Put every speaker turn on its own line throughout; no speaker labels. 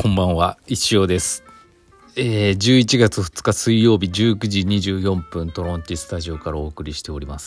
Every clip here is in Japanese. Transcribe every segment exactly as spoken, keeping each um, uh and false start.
んばんは、石尾です。えー、じゅういちがつふつか水曜日じゅうくじにじゅうよんぷんトロンティスタジオからお送りしております。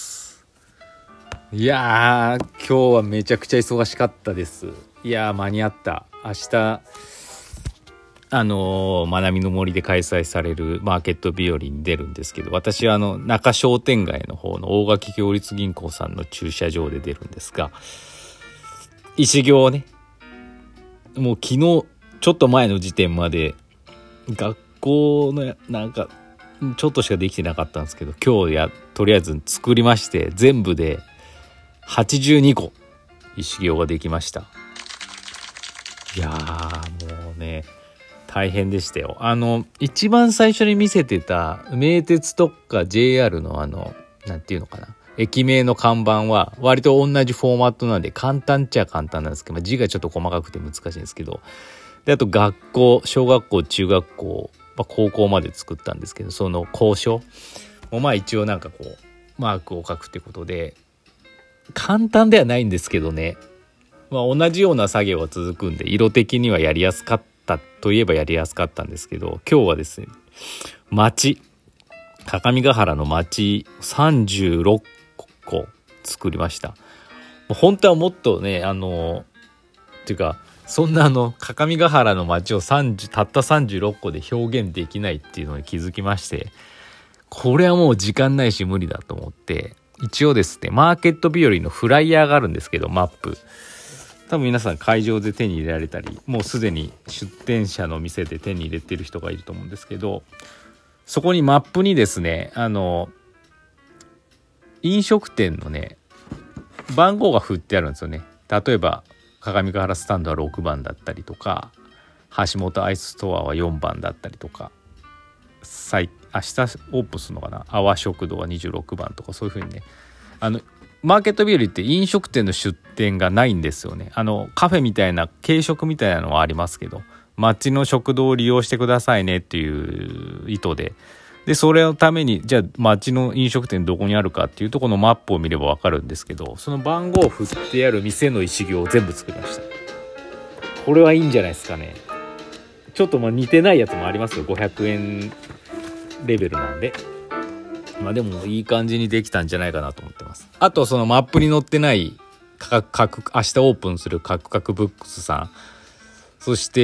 いやー今日はめちゃくちゃ忙しかったです。いやー間に合った。明日あのー、学びの森で開催されるマーケット日和に出るんですけど、私はあの中商店街の方の大垣共立銀行さんの駐車場で出るんですが、石行をね、もう昨日ちょっと前の時点まで学校のなんかちょっとしかできてなかったんですけど、今日やとりあえず作りまして、全部ではちじゅうにこ石行ができました。いやーもうね大変でしたよ。あの一番最初に見せてた名鉄とか ジェイアール のあのなんていうのかな、駅名の看板は割と同じフォーマットなんで簡単っちゃ簡単なんですけど、まあ、字がちょっと細かくて難しいんですけど、であと学校、小学校、中学校、まあ、高校まで作ったんですけど、その校章もまあ一応なんかこうマークを書くってことで簡単ではないんですけどね、まあ、同じような作業が続くんで色的にはやりやすかったといえばやりやすかったんですけど、今日はですね町各務原の町さんじゅうろっこ作りました。本当はもっとねあのっていうかそんなあの各務原の町をさんじゅうたったさんじゅうろっこで表現できないっていうのに気づきまして、これはもう時間ないし無理だと思って、一応ですねマーケット日和のフライヤーがあるんですけど、マップ多分皆さん会場で手に入れられたり、もうすでに出店者の店で手に入れてる人がいると思うんですけど、そこにマップにですねあの飲食店のね番号が振ってあるんですよね。例えば各務原スタンドはろくばんだったりとか、橋本アイスストアはよんばんだったりとか、明日オープンするのかな、阿波食堂はにじゅうろくばんとか、そういう風にねあのマーケット日和って飲食店の出店がないんですよね。あのカフェみたいな軽食みたいなのはありますけど、町の食堂を利用してくださいねっていう意図で、でそれのためにじゃあ町の飲食店どこにあるかっていうとこのマップを見れば分かるんですけど、その番号を振ってある店の石行を全部作りました。これはいいんじゃないですかね。ちょっとまあ似てないやつもありますよ、ごひゃくえんレベルなんで、まあでもいい感じにできたんじゃないかなと思ってます。あとそのマップに載ってないかかく明日オープンするカクカクブックスさん、そして、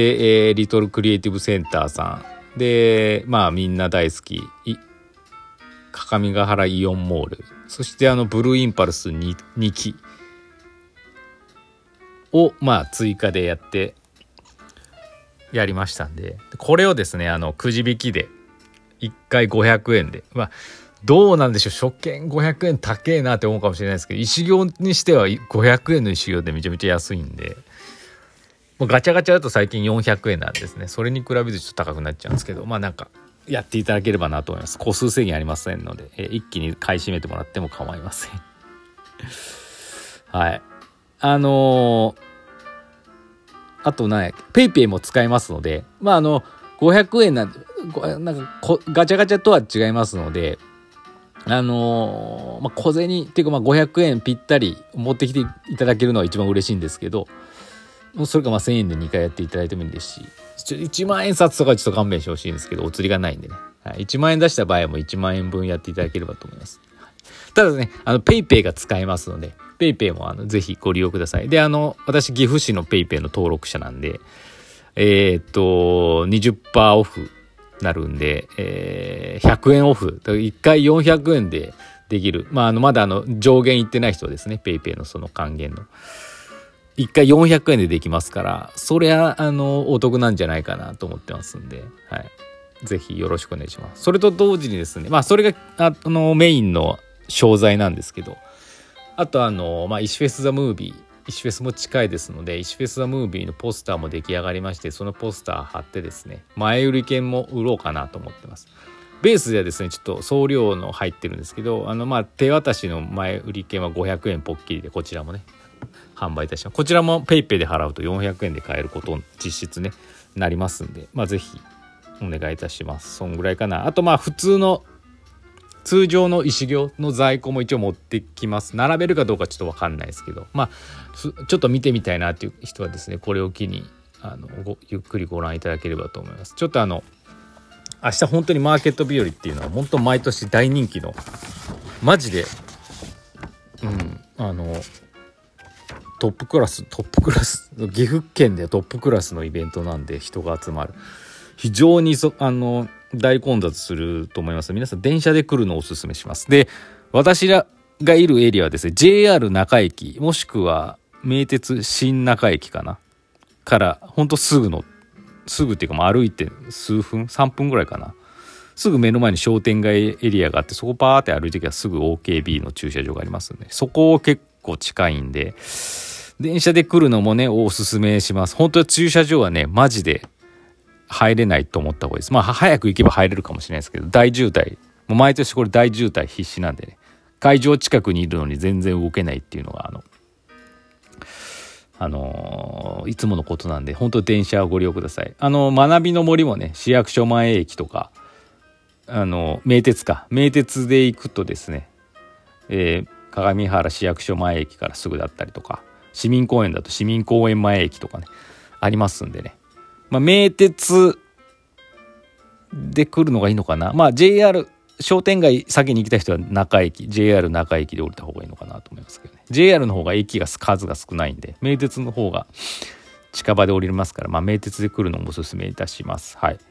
えー、リトルクリエイティブセンターさんで、まあみんな大好き各務原イオンモール、そしてあのブルーインパルス 2, にきをまあ追加でやってやりましたんで、これをですねあのくじ引きでいっかいごひゃくえんで、まあどうなんでしょう、初見ごひゃくえん高えなって思うかもしれないですけど、石行にしてはごひゃくえんの石行でめちゃめちゃ安いんで、もうガチャガチャだと最近よんひゃくえんなんですね。それに比べるとちょっと高くなっちゃうんですけど、まあなんかやっていただければなと思います。個数制限ありませんので、えー、一気に買い占めてもらっても構いませんはいあのー、あとねペイペイも使えますので、まああのごひゃくえんなんなんかこガチャガチャとは違いますので、あのー、まあ小銭っていうかまあごひゃくえんぴったり持ってきていただけるのは一番嬉しいんですけど、それかまあせんえんでにかいやっていただいてもいいですし、いちまんえん札とかちょっと勘弁してほしいんですけど、お釣りがないんでね、はい、いちまんえん出した場合はもういちまんえんぶんやっていただければと思います。ただねあのペイペイが使えますので、ペイペイもあのぜひご利用ください。であの私岐阜市のペイペイの登録者なんで、えー、っと にじゅっパーセント オフなるんで、えー、ひゃくえんオフいっかいよんひゃくえんでできる、まあ、あのまだあの上限いってない人ですね、ペイペイのその還元のいっかいよんひゃくえんでできますから、そりゃあのお得なんじゃないかなと思ってますんで、はい、ぜひよろしくお願いします。それと同時にですね、まあそれがあのメインの商材なんですけど、あとあの、まあ、石フェスザムービー、石フェスも近いですので、石フェスザムービーのポスターも出来上がりまして、そのポスター貼ってですね前売り券も売ろうかなと思ってます。ベースではですねちょっと送料の入ってるんですけど、あのまあ手渡しの前売り券はごひゃくえんポッキリで、こちらもね販売いたします。こちらもペイペイで払うとよんひゃくえんで買えること実質ねなりますんで、まあぜひお願いいたします。そんぐらいかな。あとまあ普通の通常の石行の在庫も一応持ってきます。並べるかどうかちょっと分かんないですけど、まあちょっと見てみたいなっていう人はですねこれを機にあのごゆっくりご覧いただければと思います。ちょっとあの明日本当にマーケット日和っていうのは本当毎年大人気のマジでうんあのトップクラストップクラス岐阜県でトップクラスのイベントなんで人が集まる非常にそあの大混雑すると思います。皆さん電車で来るのをおすすめします。で私らがいるエリアはですね ジェイアール 中駅もしくは名鉄新中駅かなからほんとすぐのすぐっていうかもう歩いて数分さんぷんぐらいかなすぐ目の前に商店街エリアがあってそこパーって歩いてきたらすぐ オーケービー の駐車場がありますんでそこ結構近いんで電車で来るのもねおすすめします。本当は駐車場はねマジで入れないと思った方がいいです。まあ早く行けば入れるかもしれないですけど大渋滞もう毎年これ大渋滞必至なんでね会場近くにいるのに全然動けないっていうのがあのあのー、いつものことなんで本当電車をご利用ください。あの学びの森もね市役所前駅とかあの名鉄か名鉄で行くとですね、えー、鏡原市役所前駅からすぐだったりとか市民公園だと市民公園前駅とかねありますんでね、まあ、名鉄で来るのがいいのかな。まあ ジェイアール 商店街先に行きたい人は中駅 ジェイアール 中駅で降りた方がいいのかなと思いますけどね。 ジェイアール の方が駅が数が少ないんで名鉄の方が近場で降りれますから、まあ、名鉄で来るのもおすすめいたします。はい。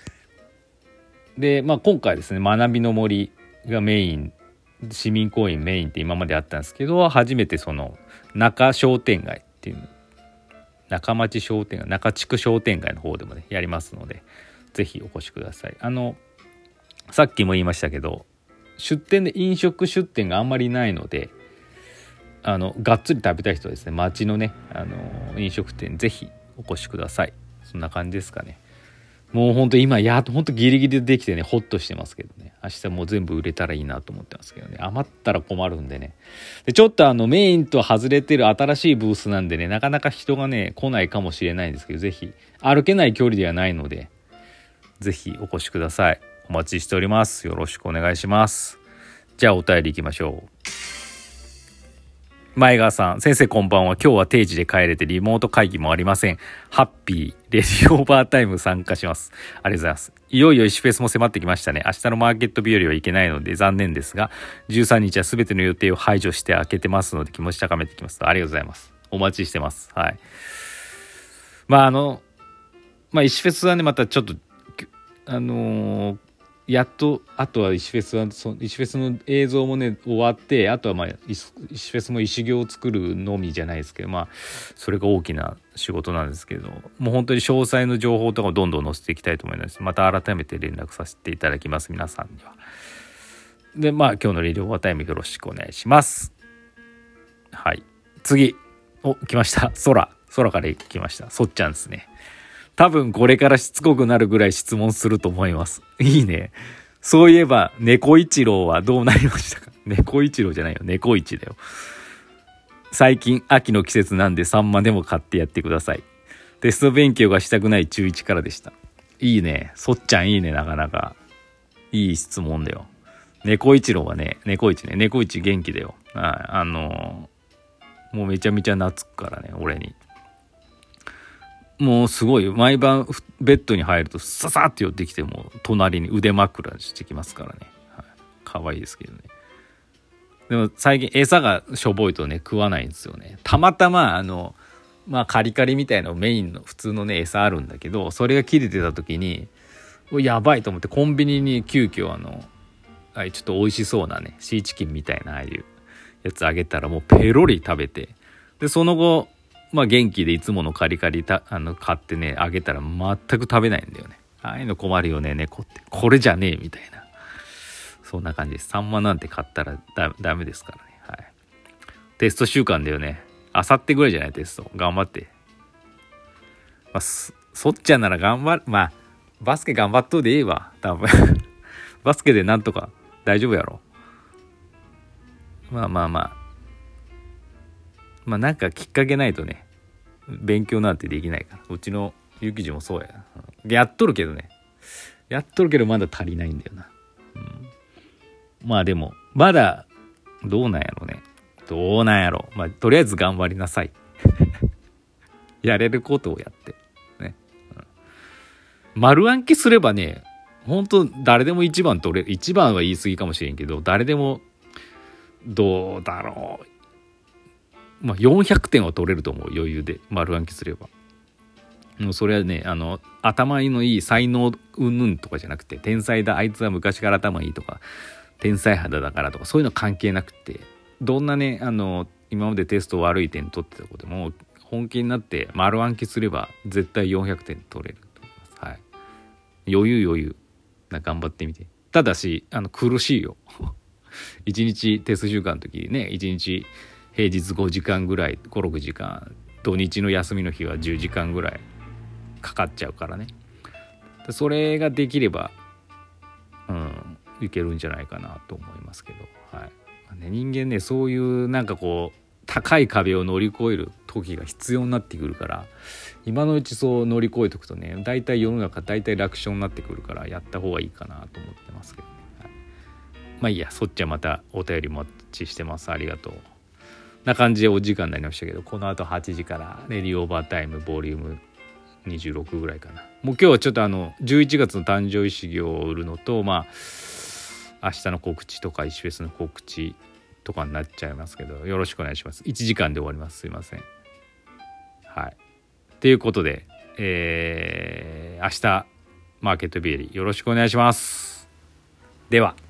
で、まあ、今回ですね学びの森がメイン市民公園メインって今まであったんですけど初めてその中商店街っていう中町商店街中地区商店街の方でもねやりますのでぜひお越しください。あのさっきも言いましたけど出店で飲食出店があんまりないのであのがっつり食べたい人はですね町のねあの飲食店ぜひお越しください。そんな感じですかね。もうほんと今やっとほんとギリギリでできてねホッとしてますけどね明日もう全部売れたらいいなと思ってますけどね余ったら困るんでねでちょっとあのメインと外れてる新しいブースなんでねなかなか人がね来ないかもしれないんですけどぜひ歩けない距離ではないのでぜひお越しください。お待ちしております。よろしくお願いします。じゃあお便りいきましょう。前川さん、先生こんばんは。今日は定時で帰れてリモート会議もありません。ハッピーレディオーバータイム参加します。ありがとうございます。いよいよ石フェスも迫ってきましたね。明日のマーケット日和はいけないので残念ですがじゅうさんにちは全ての予定を排除して開けてますので気持ち高めてきます。ありがとうございます。お待ちしてます。はい。まああのまあ石フェスはねまたちょっとあのーやっとあとは石フェスはそ石フェスの映像もね終わってあとはまあ石フェスも石行を作るのみじゃないですけどまあそれが大きな仕事なんですけどもう本当に詳細の情報とかをどんどん載せていきたいと思います。また改めて連絡させていただきます皆さんには。でまあ今日のレディオーバータイムよろしくお願いします。はい次お来ました空空から来ましたそっちゃんですね。多分これからしつこくなるぐらい質問すると思います。いいね。そういえば猫一郎はどうなりましたか。猫一郎じゃないよ猫一だよ。最近秋の季節なんでサンマでも買ってやってください。テスト勉強がしたくない中いちからでした。いいね。そっちゃんいいね。なかなかいい質問だよ。猫一郎はね猫一ね猫一元気だよ。あ、あのー、もうめちゃめちゃ懐くからね俺に。もうすごい毎晩ベッドに入るとささって寄ってきても隣に腕枕してきますからね、はい、かわいいですけどね。でも最近餌がしょぼいとね食わないんですよね。たまたまあのまあカリカリみたいなメインの普通のね餌あるんだけどそれが切れてた時にやばいと思ってコンビニに急遽あのあちょっと美味しそうなねシーチキンみたいなああいうやつあげたらもうペロリ食べてでその後まあ元気でいつものカリカリたあの買ってねあげたら全く食べないんだよね。ああいうの困るよね猫ってこれじゃねえみたいなそんな感じです。サンマなんて買ったらだダメですからね、はい、テスト週間だよね。あさってぐらいじゃないテスト頑張って、まあ、そ, そっちゃんなら頑張るまあバスケ頑張っとうでいいわ多分バスケでなんとか大丈夫やろ。まあまあまあまあなんかきっかけないとね勉強なんてできないからうちのゆきじもそうややっとるけどねやっとるけどまだ足りないんだよな、うん、まあでもまだどうなんやろねどうなんやろまあとりあえず頑張りなさいやれることをやって丸暗記すればね、本当誰でもいちばん取れる。いちばんは言い過ぎかもしれんけど、誰でもどうだろう、まあよんひゃくてんは取れると思う、余裕で丸暗記すれば。もうそれはね、あの頭のいい才能うんぬんとかじゃなくて、天才だ、あいつは昔から頭いいとか、天才肌だからとか、そういうの関係なくて、どんなね、あの今までテスト悪い点取ってた子でも本気になって丸暗記すれば絶対よんひゃくてん取れると思います。はい、余裕余裕な、頑張ってみて。ただしあの苦しいよいちにちテスト週間の時ね、いちにち平日ごじかんぐらい、ごろくじかん、土日の休みの日はじゅうじかんぐらいかかっちゃうからね。それができればうんいけるんじゃないかなと思いますけど、はい、ね、人間ね、そういうなんかこう高い壁を乗り越える時が必要になってくるから、今のうちそう乗り越えておくとね、大体世の中大体楽勝になってくるから、やった方がいいかなと思ってますけどね。はい、まあいいや、そっちはまたお便りもお待ちしてます。ありがとうな感じでお時間になりましたけど、この後はちじからレディオーバータイムボリュームにじゅうろくぐらいかな。もう今日はちょっとあのじゅういちがつの誕生日修行を売るのと、まあ明日の告知とか石フェスの告知とかになっちゃいますけど、よろしくお願いします。いちじかんで終わります。すいません。はい。ということで、えー、明日マーケット日和よろしくお願いします。では。